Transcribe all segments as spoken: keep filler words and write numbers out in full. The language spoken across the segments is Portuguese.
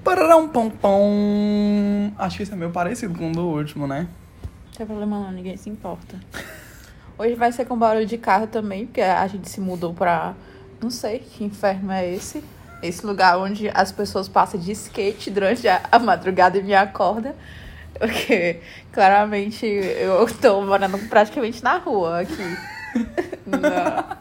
Pararam pom pom. Acho que isso é meio parecido com o do último, né? Não tem problema não, ninguém se importa. Hoje vai ser com barulho de carro também, porque a gente se mudou pra... Não sei que inferno é esse. Esse lugar onde as pessoas passam de skate durante a, a madrugada e me acordam. Porque, claramente, eu tô morando praticamente na rua aqui. Não.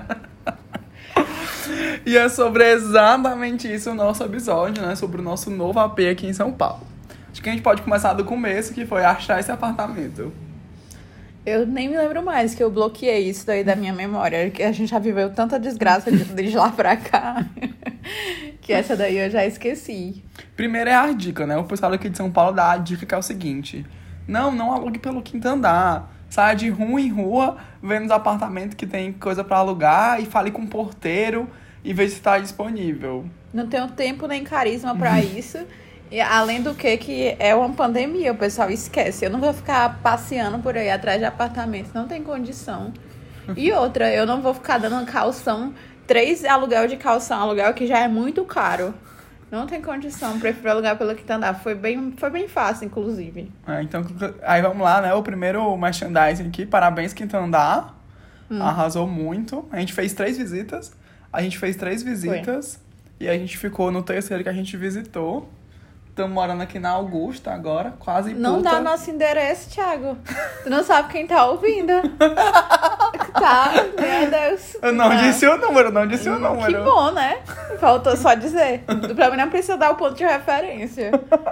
E é sobre exatamente isso o nosso episódio, né? Sobre o nosso novo A P aqui em São Paulo. Acho que a gente pode começar do começo, que foi achar esse apartamento. Eu nem me lembro mais, que eu bloqueei isso daí da minha memória. Que a gente já viveu tanta desgraça de, de lá pra cá, que essa daí eu já esqueci. Primeiro é a dica, né? O pessoal aqui de São Paulo dá a dica que é o seguinte. Não, não alugue pelo quinto andar. Saia de rua em rua, vendo os apartamentos que tem coisa pra alugar e fale com o porteiro e veja se tá disponível. Não tenho tempo nem carisma pra isso. E além do que, que é uma pandemia, o pessoal esquece. Eu não vou ficar passeando por aí atrás de apartamentos, não tem condição. E outra, eu não vou ficar dando calção, três aluguel de calção, aluguel que já é muito caro. Não tem condição, prefiro alugar pelo quinto andar. Foi bem, foi bem fácil, inclusive. É, então, aí vamos lá, né? O primeiro merchandising aqui, parabéns quinto andar. Hum. Arrasou muito. A gente fez três visitas. A gente fez três visitas. Foi. E a gente ficou no terceiro que a gente visitou. Estamos morando aqui na Augusta agora, quase puta. Não dá nosso endereço, Thiago. Tu não sabe quem tá ouvindo. Tá, meu Deus. Eu não tá. disse o número, não disse o número. Que bom, né? Faltou só dizer. Pra mim não precisa dar o ponto de referência.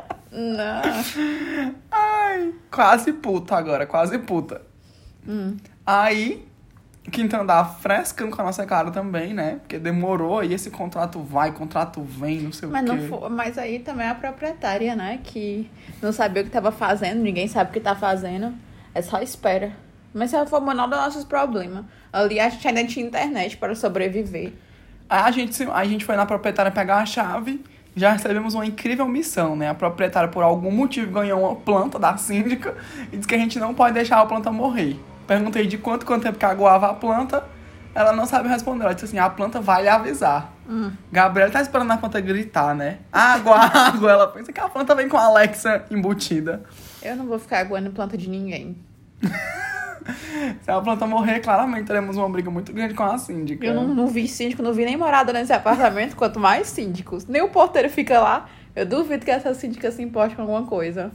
Não. Ai, quase puta agora, quase puta. Hum. Aí... Quinto andar frescando com a nossa cara também, né? Porque demorou, aí esse contrato vai, contrato vem, não sei mas o quê. Não for, mas aí também é a proprietária, né? Que não sabia o que estava fazendo, ninguém sabe o que tá fazendo. É só espera. Mas se ela for o menor dos nossos problemas. Ali a gente ainda tinha internet para sobreviver. Aí a gente, a gente foi na proprietária pegar a chave, já recebemos uma incrível missão, né? A proprietária, por algum motivo, ganhou uma planta da síndica e disse que a gente não pode deixar a planta morrer. Perguntei de quanto, quanto tempo que aguava a planta. Ela não sabe responder. Ela disse assim, a planta vai lhe avisar. Hum. Gabriela tá esperando a planta gritar, né? Água, água. Ela pensa que a planta vem com a Alexa embutida. Eu não vou ficar aguando planta de ninguém. Se a planta morrer, claramente teremos uma briga muito grande com a síndica. Eu não, não vi síndico, não vi nem morada nesse apartamento, quanto mais síndicos. Nem o porteiro fica lá. Eu duvido que essa síndica se importe com alguma coisa.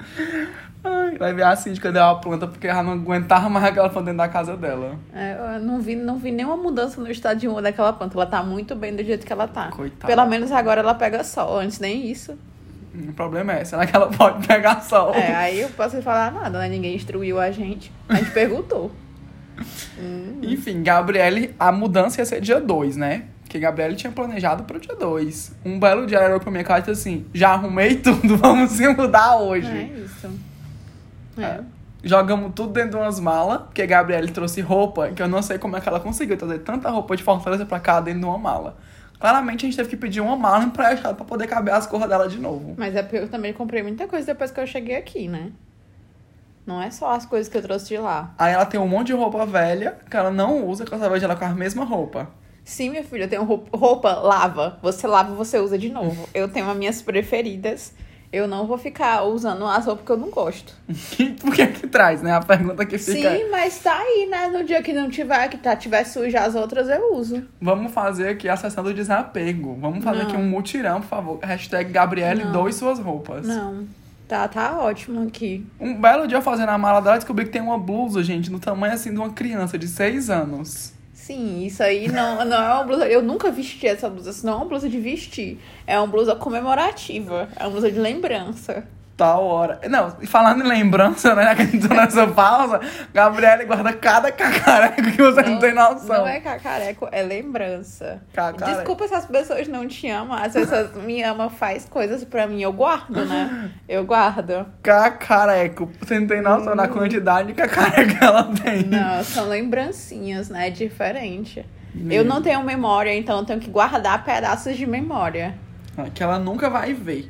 Ai, vai ver a síndica deu a planta porque ela não aguentava mais aquela planta dentro da casa dela. É, eu não vi, não vi nenhuma mudança no estado de uma daquela planta. Ela tá muito bem do jeito que ela tá. Coitada. Pelo menos agora ela pega sol. Antes nem isso. O problema é, será que ela pode pegar sol? É, aí eu posso falar nada, né? Ninguém instruiu a gente. A gente perguntou. hum. Enfim, Gabriele, a mudança ia ser dia dois, né? Porque Gabriele tinha planejado pro dia dois. Um belo dia ela olhou pra minha casa e disse assim, já arrumei tudo, vamos se mudar hoje. É isso. É. É. Jogamos tudo dentro de umas malas, porque a Gabriele trouxe roupa, que eu não sei como é que ela conseguiu trazer tanta roupa de Fortaleza pra cá dentro de uma mala. Claramente a gente teve que pedir uma mala emprestada pra poder caber as coisas dela de novo. Mas é porque eu também comprei muita coisa depois que eu cheguei aqui, né? Não é só as coisas que eu trouxe de lá. Aí ela tem um monte de roupa velha, que ela não usa, que ela só vejo ela com a mesma roupa. Sim, minha filha, eu tenho roupa, roupa, lava. Você lava, você usa de novo. Eu tenho as minhas preferidas. Eu não vou ficar usando as roupas que eu não gosto. Por que que traz, né? A pergunta que fica... Sim, mas tá aí, né? No dia que não tiver, que tá, tiver suja as outras, eu uso. Vamos fazer aqui a sessão do desapego. Vamos fazer Não. aqui um mutirão, por favor. Hashtag Gabriele, Não. doe suas roupas. Não. Tá, tá ótimo aqui. Um belo dia fazendo a mala dela, descobri que tem uma blusa, gente, no tamanho assim de uma criança de seis anos. Sim, isso aí não, não é uma blusa... Eu nunca vesti essa blusa. Isso não é uma blusa de vestir. É uma blusa comemorativa. É uma blusa de lembrança. Tal hora. Não, e falando em lembrança, né? Que a gente tá nessa pausa, Gabriele guarda cada cacareco que você não, não tem noção. Não é cacareco, é lembrança. Cacareco. Desculpa se as pessoas não te amam. As pessoas me amam, faz coisas pra mim. Eu guardo, né? Eu guardo. Cacareco. Você não tem noção hum. da quantidade de cacareco que ela tem. Não, são lembrancinhas, né? É diferente. Hum. Eu não tenho memória, então eu tenho que guardar pedaços de memória. Que ela nunca vai ver.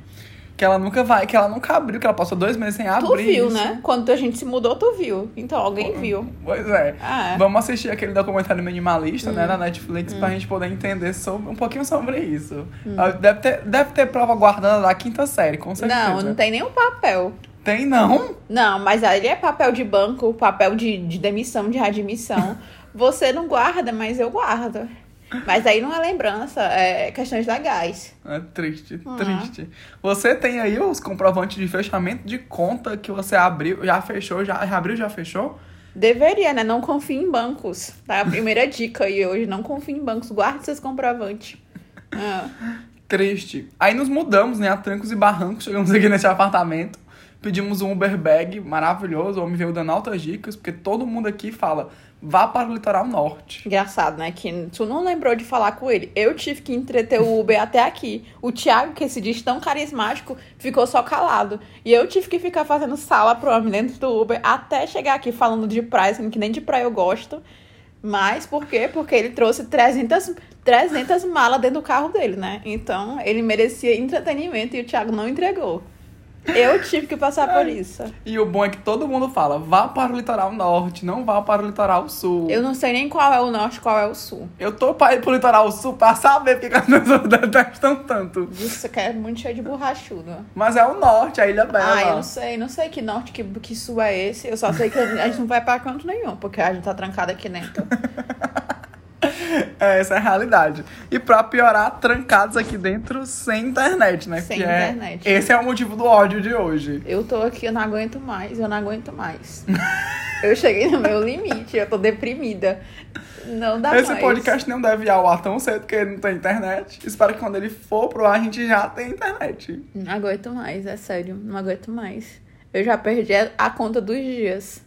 Que ela nunca vai, que ela nunca abriu, que ela passou dois meses sem abrir. Tu viu, isso. né? Quando a gente se mudou, tu viu. Então alguém viu. Pois é. Ah, é. Vamos assistir aquele documentário minimalista, Hum. né, na Netflix, hum. pra gente poder entender sobre, um pouquinho sobre isso. Hum. Deve ter, deve ter prova guardada da quinta série, com certeza. Não, não tem nenhum papel. Tem, não? Não, mas ali é papel de banco, papel de, de demissão, de readmissão. Você não guarda, mas eu guardo. Mas aí não é lembrança, é questões legais. É triste, Uhum. triste. Você tem aí os comprovantes de fechamento de conta que você abriu, já fechou, já, já abriu, já fechou? Deveria, né? Não confie em bancos. Tá? A primeira dica aí hoje, não confie em bancos. Guarde seus comprovantes. Ah. Triste. Aí nos mudamos, né, a trancos e barrancos, chegamos aqui nesse apartamento. Pedimos um Uber bag maravilhoso, o homem veio dando altas dicas, porque todo mundo aqui fala, vá para o litoral norte. Engraçado, né? Que tu não lembrou de falar com ele. Eu tive que entreter o Uber até aqui. O Thiago, que se diz tão carismático, ficou só calado. E eu tive que ficar fazendo sala pro homem dentro do Uber até chegar aqui falando de praia, sendo que nem de praia eu gosto. Mas por quê? Porque ele trouxe trezentas, trezentas malas dentro do carro dele, né? Então, ele merecia entretenimento e o Thiago não entregou. Eu tive que passar por isso. E o bom é que todo mundo fala, vá para o litoral norte, não vá para o litoral sul. Eu não sei nem qual é o norte e qual é o sul. Eu tô para ir pro litoral sul pra saber porque que as pessoas detestam tanto. Isso que é muito cheio de borrachudo. Mas é o norte, a Ilha Bela. Ah, eu não sei, não sei que norte, que, que sul é esse. Eu só sei que a gente não vai pra canto nenhum, porque a gente tá trancado aqui dentro. É, essa é a realidade. E pra piorar, trancados aqui dentro sem internet, né? Sem que internet. É, esse é o motivo do ódio de hoje. Eu tô aqui, eu não aguento mais, eu não aguento mais. Eu cheguei no meu limite, eu tô deprimida. Não dá Esse mais. podcast não deve ir ao ar tão cedo, porque ele não tem internet. Espero que quando ele for pro ar, a gente já tenha internet. Não aguento mais, é sério, não aguento mais. Eu já perdi a conta dos dias.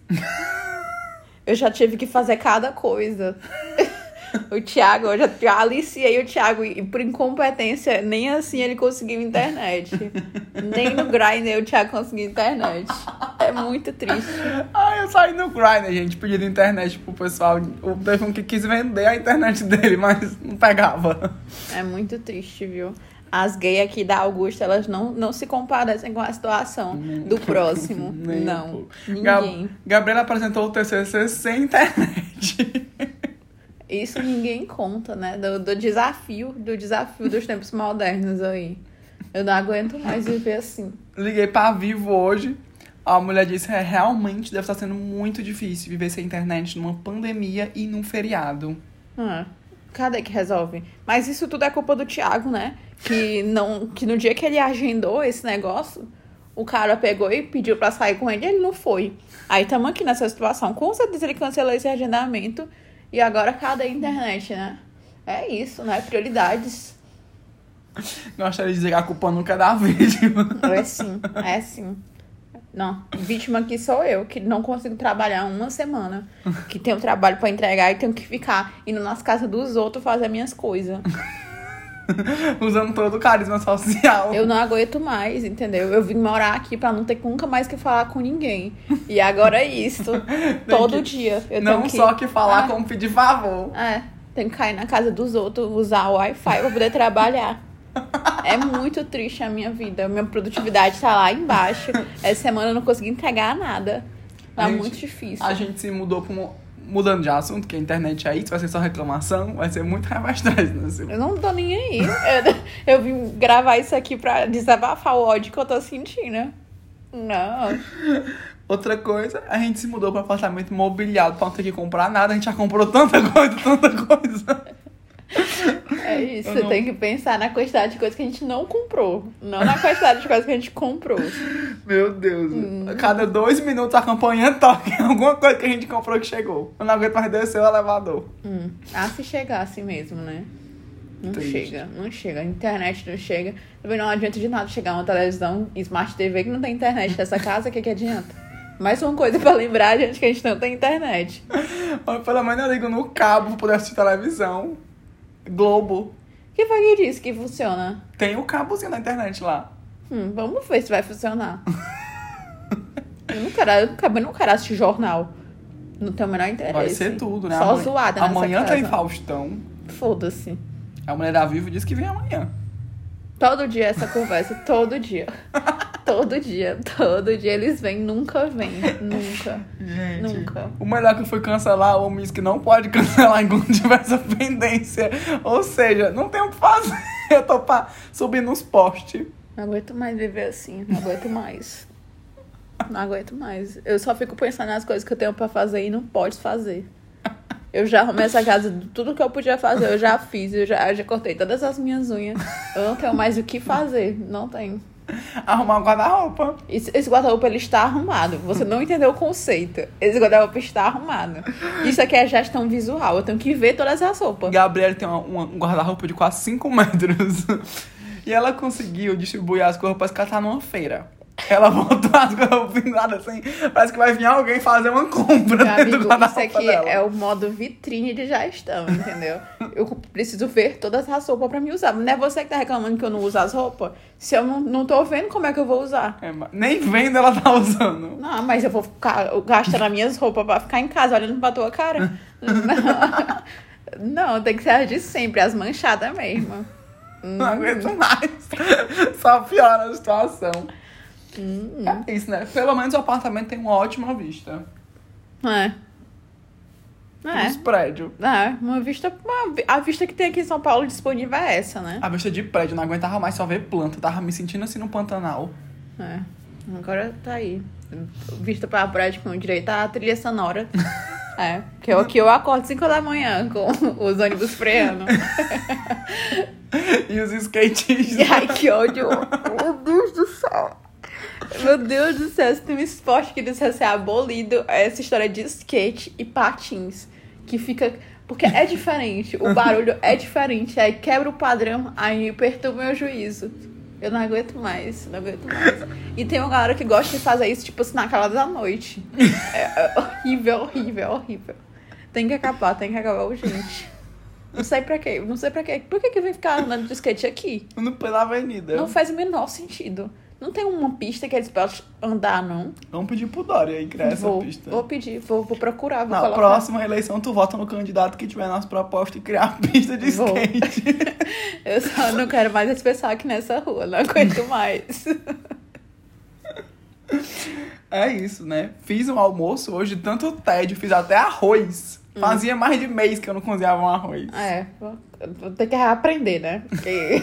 Eu já tive que fazer cada coisa. O Thiago, eu já, já aliciei o Thiago e por incompetência, nem assim ele conseguiu internet. Nem no Grindr o Thiago conseguiu internet. É muito triste. Ah, eu saí no Grindr, gente, pedindo internet pro pessoal. Teve um que quis vender a internet dele, mas não pegava. É muito triste, viu? As gays aqui da Augusta, elas não, não se comparecem com a situação do próximo. Nem não, um ninguém. Gab- Gabriela apresentou o T C C sem internet. Isso ninguém conta, né? Do, do desafio, do desafio dos tempos modernos aí. Eu não aguento mais viver assim. Liguei pra Vivo hoje. A mulher disse que realmente deve estar sendo muito difícil viver sem internet numa pandemia e num feriado. Ah, cadê que resolve? Mas isso tudo é culpa do Thiago, né? Que, não, que no dia que ele agendou esse negócio, o cara pegou e pediu pra sair com ele e ele não foi. Aí estamos aqui nessa situação. Com certeza ele cancelou esse agendamento. E agora cadê a internet, né? É isso, né? Prioridades. Gostaria de dizer que a culpa nunca é da vítima. É sim, é sim. Não, vítima aqui sou eu, que não consigo trabalhar uma semana. Que tenho trabalho pra entregar e tenho que ficar indo nas casas dos outros fazer minhas coisas. Usando todo o carisma social. Eu não aguento mais, entendeu? Eu vim morar aqui pra não ter nunca mais que falar com ninguém. E agora é isso. Todo que, dia. Eu não tenho que, só que falar, ah, como pedir favor. É, tem que cair na casa dos outros, usar o Wi-Fi pra poder trabalhar. É muito triste a minha vida. Minha produtividade tá lá embaixo. Essa semana eu não consegui entregar nada. Tá gente, muito difícil. A gente se mudou pra um... Mudando de assunto, que a internet é isso, vai ser só reclamação, vai ser muito rebaixante, né? Eu não tô nem aí. Eu, eu vim gravar isso aqui pra desabafar o ódio que eu tô sentindo. Não. Outra coisa, a gente se mudou para um apartamento mobiliado pra não ter que comprar nada. A gente já comprou tanta coisa, tanta coisa. É isso, Eu você não- tem que pensar na quantidade de coisas que a gente não comprou. Não na quantidade de coisas que a gente comprou. Meu Deus. Hum. A cada dois minutos a campanha toca em alguma coisa que a gente comprou que chegou. Eu não aguento mais descer o elevador. Hum. Ah, se chegasse mesmo, né? Não Triste. chega, não chega. A internet não chega. Também não adianta de nada chegar uma televisão Smart T V que não tem internet nessa casa, o que que adianta? Mais uma coisa pra lembrar, gente, que a gente não tem internet. Mas pelo menos eu ligo no cabo pra poder assistir televisão. Globo. Quem foi que disse que funciona? Tem o cabozinho na internet lá. Hum, vamos ver se vai funcionar. Eu não quero, eu não quero, eu não quero assistir jornal. Não tenho o menor interesse. Vai ser tudo, né? Só Amanhã- zoada nessa Amanhã casa. tem Faustão. Foda-se. A mulher da Vivo disse que vem amanhã. Todo dia essa conversa, todo dia. Todo dia, todo dia eles vêm, nunca vêm, nunca. Gente, nunca. O melhor que foi cancelar o Miss que não pode cancelar enquanto tiver essa pendência. Ou seja, não tem o que fazer. Eu tô pra subir nos postes. Não aguento mais viver assim, não aguento mais. Não aguento mais. Eu só fico pensando nas coisas que eu tenho pra fazer e não posso fazer. Eu já arrumei essa casa, tudo que eu podia fazer, eu já fiz. Eu já, eu já cortei todas as minhas unhas. Eu não tenho mais o que fazer. Não tenho. Arrumar um guarda-roupa. Esse, esse guarda-roupa, ele está arrumado. Você não entendeu o conceito. Esse guarda-roupa está arrumado. Isso aqui é gestão visual. Eu tenho que ver todas as roupas. Gabriela tem uma, uma, um guarda-roupa de quase cinco metros. E ela conseguiu distribuir as roupas que ela tá numa feira. Ela botou as roupas penduradas assim. Parece que vai vir alguém fazer uma compra Meu dentro amigo, do guarda-roupa isso aqui dela. é o modo vitrine de gestão, entendeu? Eu preciso ver todas as roupas pra me usar. Não é você que tá reclamando que eu não uso as roupas? Se eu não, não tô vendo, como é que eu vou usar? É, mas nem vendo ela tá usando. Não, mas eu vou ficar gastando as minhas roupas pra ficar em casa olhando pra tua cara? Não, não, tem que ser as de sempre, as manchadas mesmo. Não aguento mais. Só piora a situação. Hum. É isso, né? Pelo menos o apartamento tem uma ótima vista. É. Dos É. prédios. É, uma vista. Uma, a vista que tem aqui em São Paulo disponível é essa, né? A vista de prédio, não aguentava mais só ver planta. Eu tava me sentindo assim no Pantanal. É. Agora tá aí. Vista pra prédio com direito à trilha sonora. É. Que eu, que eu acordo cinco da manhã com os ônibus freando. E os skatistas. Ai, que ódio. Meu Deus do céu. Meu Deus do céu, se tem um esporte que precisa ser abolido, é essa história de skate e patins. Que fica... Porque é diferente, o barulho é diferente, aí quebra o padrão, aí perturba o meu juízo. Eu não aguento mais, não aguento mais. E tem uma galera que gosta de fazer isso, tipo assim, na calada da noite. É, é horrível, horrível, horrível. Tem que acabar, tem que acabar urgente. Não sei pra quê, não sei pra quê. Por que que vem ficar andando de skate aqui? No pela avenida. Não faz o menor sentido. Não tem uma pista que eles podem andar, não? Vamos pedir pro Dória aí criar essa Vou, pista. vou pedir, vou, vou procurar, vou Na colocar. próxima eleição, tu vota no candidato que tiver nas propostas e criar a pista de Vou. skate. Eu só não quero mais esse pessoal aqui nessa rua, não aguento mais. É isso, né? Fiz um almoço hoje, tanto tédio, fiz até arroz. Hum. Fazia mais de mês que eu não cozinhava um arroz. É, vou, vou ter que reaprender, né? Porque...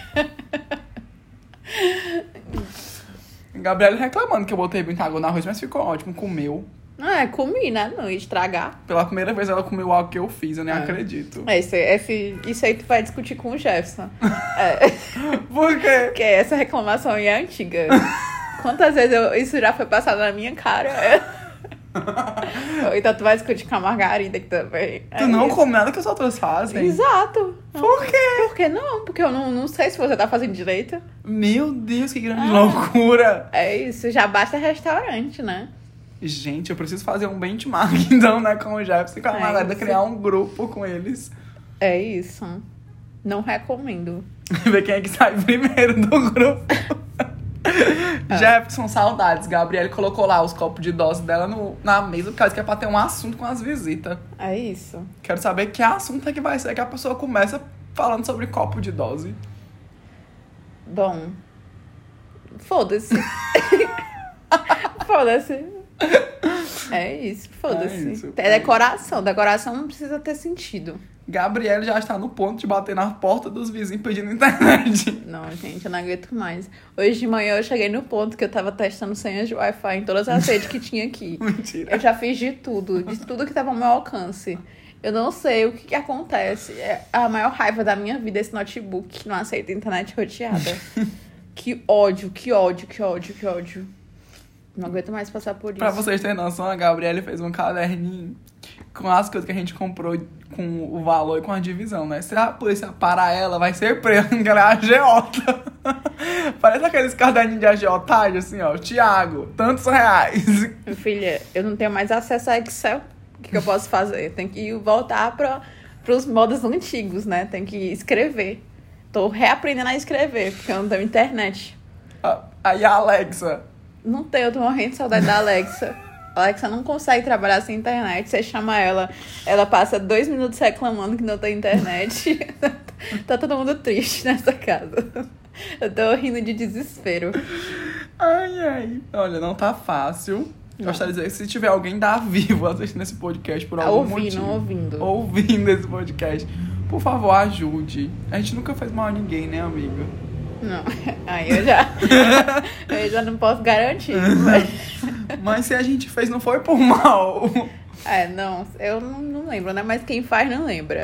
Gabriela reclamando que eu botei muita água no arroz, mas ficou ótimo, comeu. É, comi, né? Não ia estragar. Pela primeira vez ela comeu algo que eu fiz, eu nem É. acredito. Esse, esse, isso aí tu vai discutir com o Jefferson. É, Por quê? porque essa reclamação aí é antiga. Quantas vezes eu, isso já foi passado na minha cara? É. Então tu vai discutir com a Margarida que também. Tu É não isso. come nada que os outros fazem? Exato. Por quê? Por que não? Porque eu não, não sei se você tá fazendo direito. Meu Deus, que grande Ah. loucura. É isso, já basta restaurante, né? Gente, eu preciso fazer um benchmark, então, né, com o Jefferson e com a É Margarida, isso. criar um grupo com eles. É isso. Não recomendo. Ver quem é que sai primeiro do grupo. Ah. Jefferson, saudades. Gabriele colocou lá os copos de dose dela no, na mesa, porque ela disse que é pra ter um assunto com as visitas. É isso. Quero saber que assunto é que vai ser que a pessoa começa falando sobre copo de dose. Bom. Foda-se. Foda-se. É isso, É foda-se. isso. É decoração. Decoração não precisa ter sentido. Gabriele já está no ponto de bater na porta dos vizinhos pedindo internet. Não, gente, eu não aguento mais. Hoje de manhã eu cheguei no ponto que eu tava testando senhas de Wi-Fi em todas as redes que tinha aqui. Mentira. Eu já fiz de tudo, de tudo que tava ao meu alcance. Eu não sei o que, que acontece. É a maior raiva da minha vida esse notebook que não aceita internet roteada. Que ódio, que ódio, que ódio, que ódio. Não aguento mais passar por isso. Pra vocês terem noção, a Gabriele fez um caderninho com as coisas que a gente comprou com o valor e com a divisão, né? Se a polícia parar ela, vai ser presa, porque ela é agiota. Parece aqueles caderninhos de agiotagem, assim, ó. Tiago, tantos reais. Minha filha, eu não tenho mais acesso a Excel. O que, que eu posso fazer? Tem que voltar para os modos antigos, né? Tem que escrever. Tô reaprendendo a escrever, porque eu não tenho internet. Aí a Alexa. Não tenho, eu tô morrendo de saudade da Alexa. A Alexa não consegue trabalhar sem internet. Você chama ela, ela passa dois minutos reclamando que não tem internet. Tá todo mundo triste nessa casa. Eu tô rindo de desespero. Ai, ai. Olha, não tá fácil. Não. Gostaria de dizer que se tiver alguém da Vivo assistindo esse podcast por algum Ouvindo, motivo. ouvindo. Ouvindo esse podcast. Por favor, ajude. A gente nunca fez mal a ninguém, né, amiga? Não, aí eu já... eu já não posso garantir. Mas... Mas se a gente fez, não foi por mal. É, não, eu não, não lembro, né? Mas quem faz não lembra.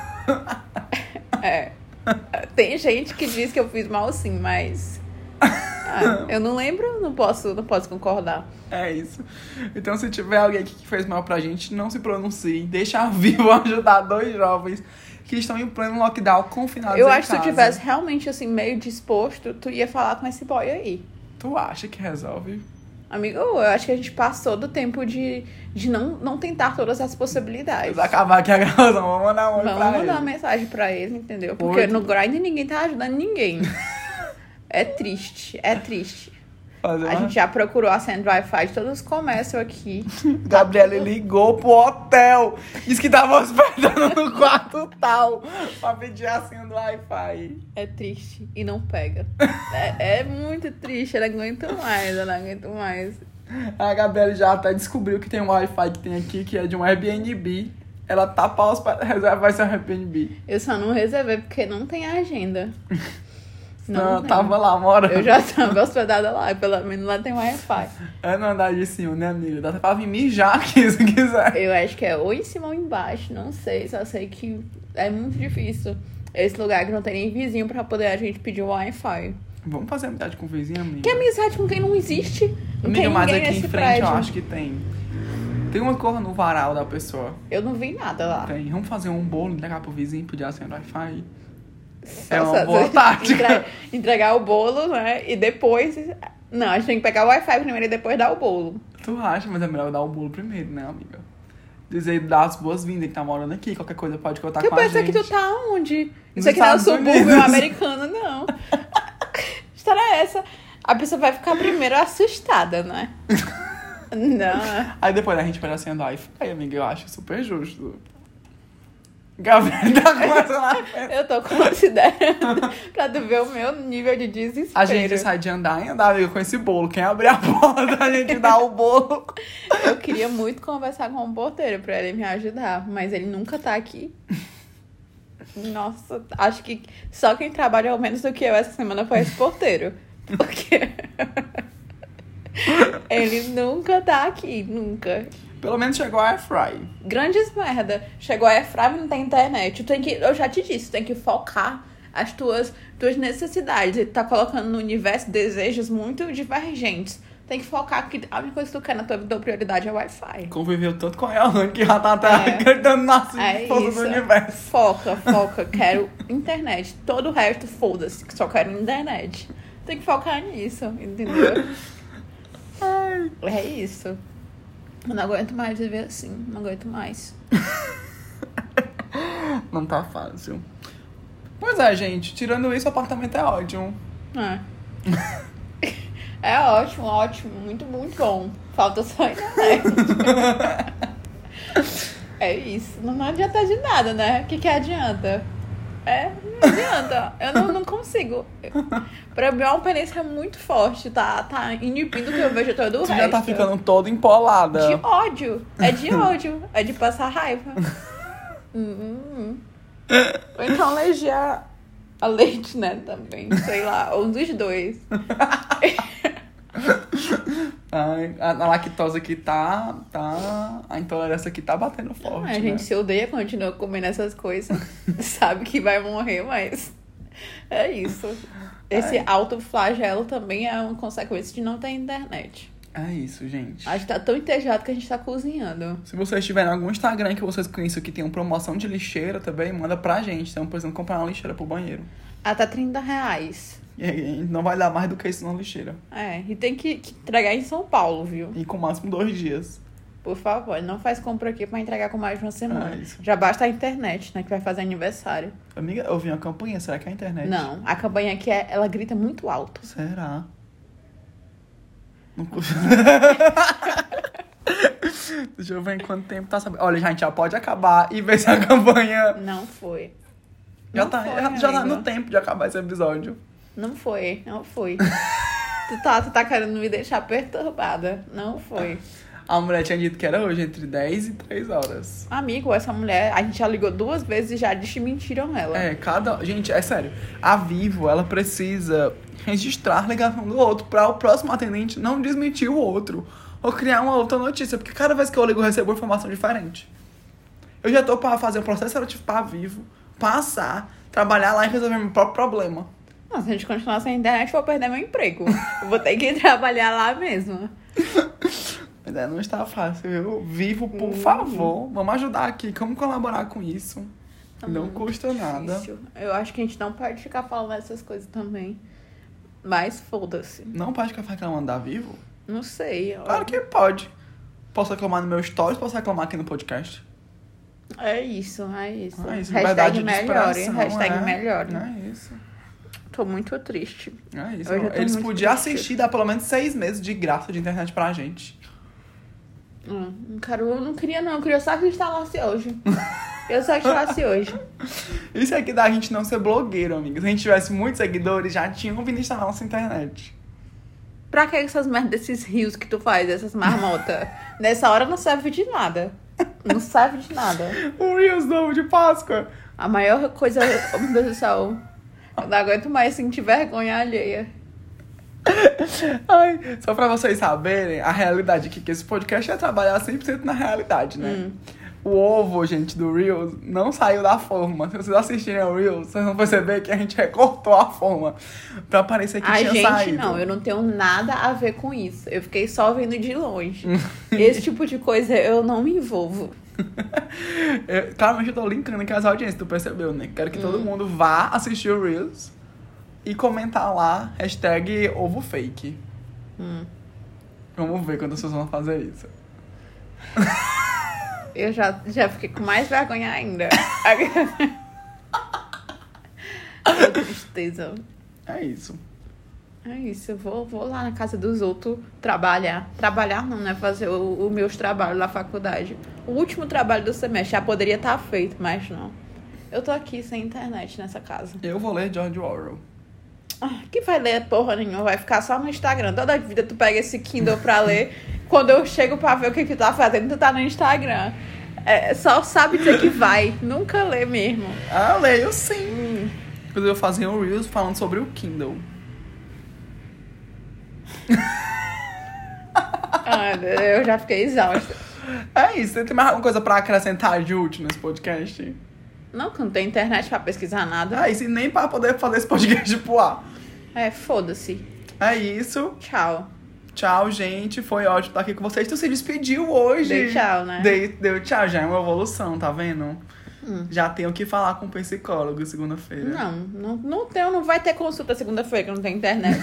É. Tem gente que diz que eu fiz mal sim, mas... Ah, eu não lembro, não posso, não posso concordar. É isso. Então, se tiver alguém aqui que fez mal pra gente, não se pronuncie. Deixa a Vivo ajudar dois jovens que estão em pleno lockdown, confinados Eu em acho que casa. se tu tivesse realmente, assim, meio disposto, tu ia falar com esse boy aí. Tu acha que resolve? Amigo, eu acho que a gente passou do tempo de, de não, não tentar todas as possibilidades. Vamos acabar aqui a gravação, vamos mandar um oi Vamos pra mandar ele. uma mensagem pra eles, entendeu? Porque Oito. no grind ninguém tá ajudando ninguém. É triste, é triste. Fazer A uma... gente já procurou a Send Wi-Fi de todos os comércios aqui. Gabriela ligou pro hotel. Disse que tava hospedando no quarto tal. Pra pedir a senha do Wi-Fi. É triste e não pega. É, é muito triste, eu não aguento mais, eu não aguento mais. A Gabriela já até descobriu que tem um Wi-Fi que tem aqui, que é de um Airbnb. Ela tá pra hospedar, reservar esse Airbnb. Eu só não reservei porque não tem agenda. Não, tem. tava lá morando. Eu já tava hospedada lá, pelo menos lá tem Wi-Fi. É no andar de cima, né, amiga? Dá até pra vir mijar aqui, se quiser. Eu acho que é ou em cima ou embaixo, não sei, só sei que é muito difícil. Esse lugar que não tem nem vizinho pra poder a gente pedir o Wi-Fi. Vamos fazer amizade com o vizinho, amiga? Que amizade com quem não existe? Não Amiga, tem mas ninguém aqui em nesse frente prédio. eu acho que tem. Tem uma cor no varal da pessoa. Eu não vi nada lá. Tem. Vamos fazer um bolo, entregar pro vizinho, pedir a senha do Wi-Fi. É Nossa, uma boa tática. entre- Entregar o bolo, né? E depois... Não, a gente tem que pegar o Wi-Fi primeiro e depois dar o bolo. Tu acha, mas é melhor dar o bolo primeiro, né, amiga? Dizer, dar as boas-vindas que tá morando aqui. Qualquer coisa pode contar Eu com a pensei gente. que tu tá onde? Nos Isso aqui não é o Estados subúrbio Unidos. americano, não. Que história é essa? A pessoa vai ficar primeiro assustada, né? Não. Aí depois a gente pede a senha do Wi-Fi, amiga. Eu acho super justo. Gabriela tá começando a... Eu tô considerando pra tu ver o meu nível de desespero. A gente sai de andar em andar, amiga, com esse bolo. Quem abrir a porta, a gente dá o bolo. Eu queria muito conversar com o porteiro pra ele me ajudar, mas ele nunca tá aqui. Nossa, acho que só quem trabalha ao menos do que eu essa semana foi esse porteiro. Porque ele nunca tá aqui, nunca. Pelo menos chegou a Airfry. Grandes merda. Chegou a Airfryer e não tem internet. Tu tem que, eu já te disse, tu tem que focar as tuas, tuas necessidades. E tu tá colocando no universo desejos muito divergentes. Tem que focar que a única coisa que tu quer na tua vida, a prioridade é o Wi-Fi. Conviveu tanto com a Elane que já tá até É. acreditando na É força isso. do universo. Foca, foca. Quero internet. Todo o resto, foda-se, que só quero internet. Tem que focar nisso, entendeu? Ai. É isso. Eu não aguento mais viver assim. Não aguento mais. Não tá fácil. Pois é, gente. Tirando isso, o apartamento é ótimo. É. É ótimo, ótimo. Muito, muito bom. Falta só a internet. É isso. Não adianta de nada, né? O que que adianta? É, não adianta. Eu não, não consigo. Pra mim, uma pendência muito forte. Tá, tá inibindo o que eu vejo todo o Você resto. já tá ficando toda empolada. De ódio. É de ódio. É de passar raiva. Hum, hum. Ou então alergia a- a leite, né? Também. Sei lá. Um dos dois. Ai, a, a lactose aqui tá, tá... A intolerância aqui tá batendo forte, A gente né? se odeia, continua comendo essas coisas. Sabe que vai morrer, mas é isso. Esse autoflagelo também é uma consequência de não ter internet. É isso, gente. A gente tá tão entediado que a gente tá cozinhando. Se vocês tiverem algum Instagram que vocês conheçam que tem promoção de lixeira também, manda pra gente. Estamos precisando comprar uma lixeira pro banheiro. Ah, tá trinta reais. E aí, não vai dar mais do que isso na lixeira. É, e tem que, que entregar em São Paulo, viu? E com máximo dois dias. Por favor, não faz compra aqui pra entregar com mais de uma semana. Ah, isso. Já basta a internet, né? Que vai fazer aniversário. Amiga, eu vi uma campanha, será que é a internet? Não, a campanha aqui, é, ela grita muito alto. Será? Não... Deixa eu ver em quanto tempo tá sabendo. Olha, gente, já pode acabar e ver se a campanha Não foi. já, Não tá, foi, já, já tá amiga. no tempo de acabar esse episódio. Não foi, não foi. tu, tá, tu tá querendo me deixar perturbada. Não foi. A mulher tinha dito que era hoje, entre dez e três horas. Amigo, essa mulher, a gente já ligou duas vezes e já desmentiram ela. É, cada... Gente, é sério. A Vivo, ela precisa registrar a ligação do outro pra o próximo atendente não desmentir o outro. Ou criar uma outra notícia. Porque cada vez que eu ligo, eu recebo informação diferente. Eu já tô pra fazer um processo seletivo pra Vivo, passar, trabalhar lá e resolver meu próprio problema. Não, se a gente continuar sem internet, eu vou perder meu emprego. Eu vou ter que trabalhar lá mesmo. Mas é, não está fácil, viu? Vivo, por Uhum. favor. Vamos ajudar aqui. Como colaborar com isso? Tá não muito custa nada. difícil. Eu acho que a gente não pode ficar falando essas coisas também. Mas foda-se. Não pode ficar reclamando da Vivo? Não sei. ó. Claro que pode. Posso reclamar no meu stories, posso reclamar aqui no podcast. É isso, é isso. É isso, Hashtag liberdade de melhore. expressão, Hashtag é. melhore. É isso. Tô muito triste. É isso. Hoje eu tô Eles muito podiam triste. assistir e dar pelo menos seis meses de graça de internet pra gente. Hum, não quero, eu não queria não, eu queria só que instalasse hoje. Eu só instalasse hoje. Isso aqui da gente não ser blogueiro, amiga. Se a gente tivesse muitos seguidores, já tinham vindo instalar nossa internet. Pra que essas merdas desses rios que tu faz, essas marmotas? Nessa hora não serve de nada. Não serve de nada. O Reels novo de Páscoa. A maior coisa... Oh, meu Deus do céu. Eu não aguento mais sentir vergonha alheia. Ai, só pra vocês saberem, a realidade aqui, que esse podcast é trabalhar cem por cento na realidade, né? Hum. O ovo, gente, do Reels não saiu da forma. Se vocês assistirem ao Reels, vocês vão perceber que a gente recortou a forma pra parecer que A tinha gente saído. não, eu não tenho nada a ver com isso. Eu fiquei só vendo de longe. Esse tipo de coisa eu não me envolvo. Eu, claramente eu tô linkando aqui as audiências, tu percebeu, né? Quero que todo mundo vá assistir o Reels e comentar lá, hashtag ovo fake. Hum. Vamos ver quando vocês vão fazer isso. Eu já, já fiquei com mais vergonha ainda. Que tristeza. É isso. É isso, eu vou, vou lá na casa dos outros trabalhar. Trabalhar não, né? Fazer o- os meus trabalhos na faculdade. O último trabalho do semestre já poderia estar feito, mas não. Eu tô aqui sem internet nessa casa. Eu vou ler George Orwell. Ah, que vai ler porra nenhuma, vai ficar só no Instagram. Toda vida tu pega esse Kindle pra ler. Quando eu chego pra ver o que que tu tá fazendo, tu tá no Instagram. É, só sabe dizer que vai, nunca lê mesmo. Ah, eu leio sim. Hum. Inclusive eu fazia um Reels falando sobre o Kindle. Ah, eu já fiquei exausta. É isso. Você tem mais alguma coisa pra acrescentar de útil nesse podcast? Não, que não tem internet pra pesquisar nada. É isso. E nem pra poder fazer esse podcast pro ar. É, foda-se. É isso. Tchau. Tchau, gente. Foi ótimo estar aqui com vocês. Tu se despediu hoje. Dei tchau, né? Dei, deu tchau. Já é uma evolução, tá vendo? Hum. Já tenho que falar com o psicólogo segunda-feira. Não, não, não, tem, não vai ter consulta segunda-feira que não tem internet.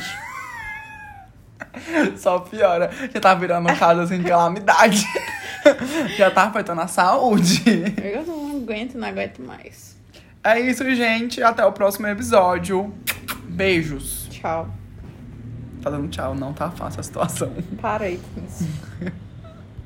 Só piora. Já tá virando um caso assim de calamidade. Já tá afetando a saúde. Eu não aguento, não aguento mais. É isso, gente. Até o próximo episódio. Beijos. Tchau. Tá dando tchau. Não tá fácil a situação. Parei com isso.